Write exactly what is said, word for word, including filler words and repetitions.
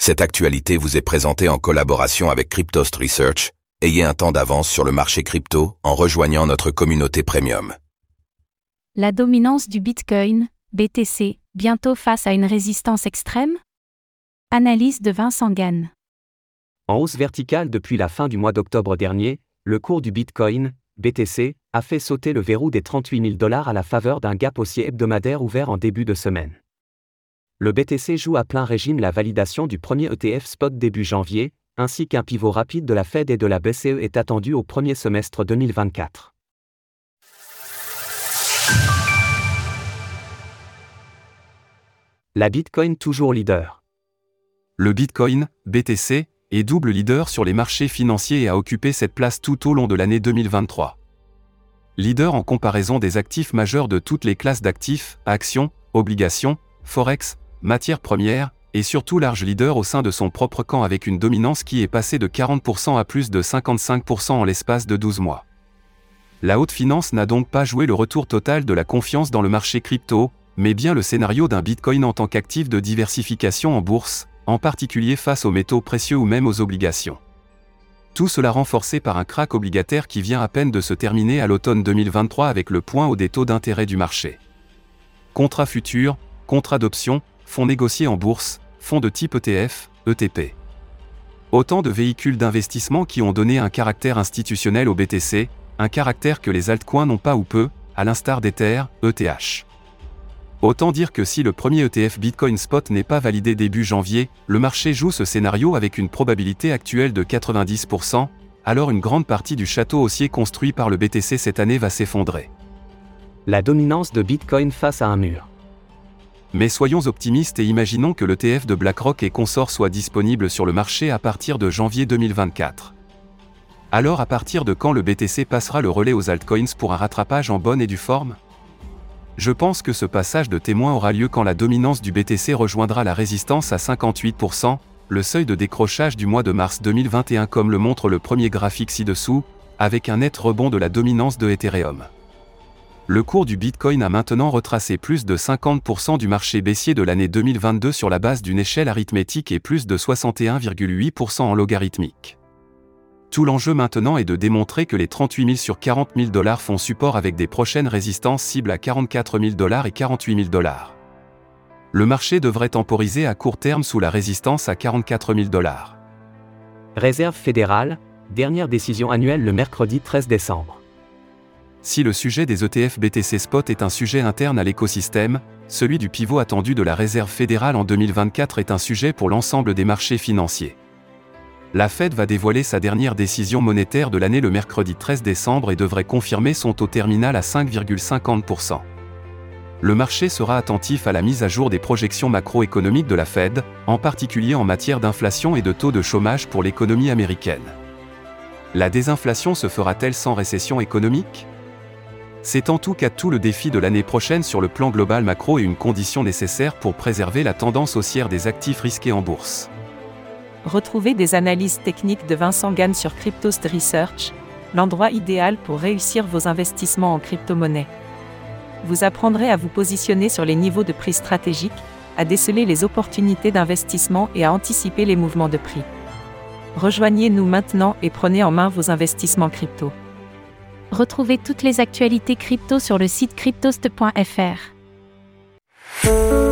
Cette actualité vous est présentée en collaboration avec Cryptost Research. Ayez un temps d'avance sur le marché crypto en rejoignant notre communauté premium. La dominance du Bitcoin, B T C, bientôt face à une résistance extrême? Analyse de Vincent Gann. En hausse verticale depuis la fin du mois d'octobre dernier, le cours du Bitcoin, B T C, a fait sauter le verrou des trente-huit mille dollars à la faveur d'un gap haussier hebdomadaire ouvert en début de semaine. Le B T C joue à plein régime la validation du premier E T F spot début janvier, ainsi qu'un pivot rapide de la Fed et de la B C E est attendu au premier semestre deux mille vingt-quatre. La Bitcoin toujours leader. Le Bitcoin, B T C, est double leader sur les marchés financiers et a occupé cette place tout au long de l'année deux mille vingt-trois. Leader en comparaison des actifs majeurs de toutes les classes d'actifs, actions, obligations, forex, matières premières, et surtout large leader au sein de son propre camp avec une dominance qui est passée de quarante pour cent à plus de cinquante-cinq pour cent en l'espace de douze mois. La haute finance n'a donc pas joué le retour total de la confiance dans le marché crypto, mais bien le scénario d'un Bitcoin en tant qu'actif de diversification en bourse, en particulier face aux métaux précieux ou même aux obligations. Tout cela renforcé par un krach obligataire qui vient à peine de se terminer à l'automne deux mille vingt-trois avec le point haut des taux d'intérêt du marché. Contrats futurs, contrats d'options, fonds négociés en bourse, fonds de type E T F, E T P. Autant de véhicules d'investissement qui ont donné un caractère institutionnel au B T C, un caractère que les altcoins n'ont pas ou peu, à l'instar d'Ether, E T H. Autant dire que si le premier E T F Bitcoin Spot n'est pas validé début janvier, le marché joue ce scénario avec une probabilité actuelle de quatre-vingt-dix pour cent, alors une grande partie du château haussier construit par le B T C cette année va s'effondrer. La dominance de Bitcoin face à un mur. Mais soyons optimistes et imaginons que l'E T F de BlackRock et consorts soit disponible sur le marché à partir de janvier deux mille vingt-quatre. Alors à partir de quand le B T C passera le relais aux altcoins pour un rattrapage en bonne et due forme? Je pense que ce passage de témoin aura lieu quand la dominance du B T C rejoindra la résistance à cinquante-huit pour cent, le seuil de décrochage du mois de mars deux mille vingt et un comme le montre le premier graphique ci-dessous, avec un net rebond de la dominance de Ethereum. Le cours du Bitcoin a maintenant retracé plus de cinquante pour cent du marché baissier de l'année deux mille vingt-deux sur la base d'une échelle arithmétique et plus de soixante et un virgule huit pour cent en logarithmique. Tout l'enjeu maintenant est de démontrer que les trente-huit mille sur quarante mille dollars font support avec des prochaines résistances cibles à quarante-quatre mille dollars et quarante-huit mille dollars. Le marché devrait temporiser à court terme sous la résistance à quarante-quatre mille dollars. Réserve fédérale, dernière décision annuelle le mercredi treize décembre. Si le sujet des E T F B T C Spot est un sujet interne à l'écosystème, celui du pivot attendu de la Réserve fédérale en deux mille vingt-quatre est un sujet pour l'ensemble des marchés financiers. La Fed va dévoiler sa dernière décision monétaire de l'année le mercredi treize décembre et devrait confirmer son taux terminal à cinq virgule cinquante pour cent. Le marché sera attentif à la mise à jour des projections macroéconomiques de la Fed, en particulier en matière d'inflation et de taux de chômage pour l'économie américaine. La désinflation se fera-t-elle sans récession économique ? C'est en tout cas tout le défi de l'année prochaine sur le plan global macro et une condition nécessaire pour préserver la tendance haussière des actifs risqués en bourse. Retrouvez des analyses techniques de Vincent Gann sur Cryptost Research, l'endroit idéal pour réussir vos investissements en crypto-monnaie. Vous apprendrez à vous positionner sur les niveaux de prix stratégiques, à déceler les opportunités d'investissement et à anticiper les mouvements de prix. Rejoignez-nous maintenant et prenez en main vos investissements crypto. Retrouvez toutes les actualités crypto sur le site cryptost point f r.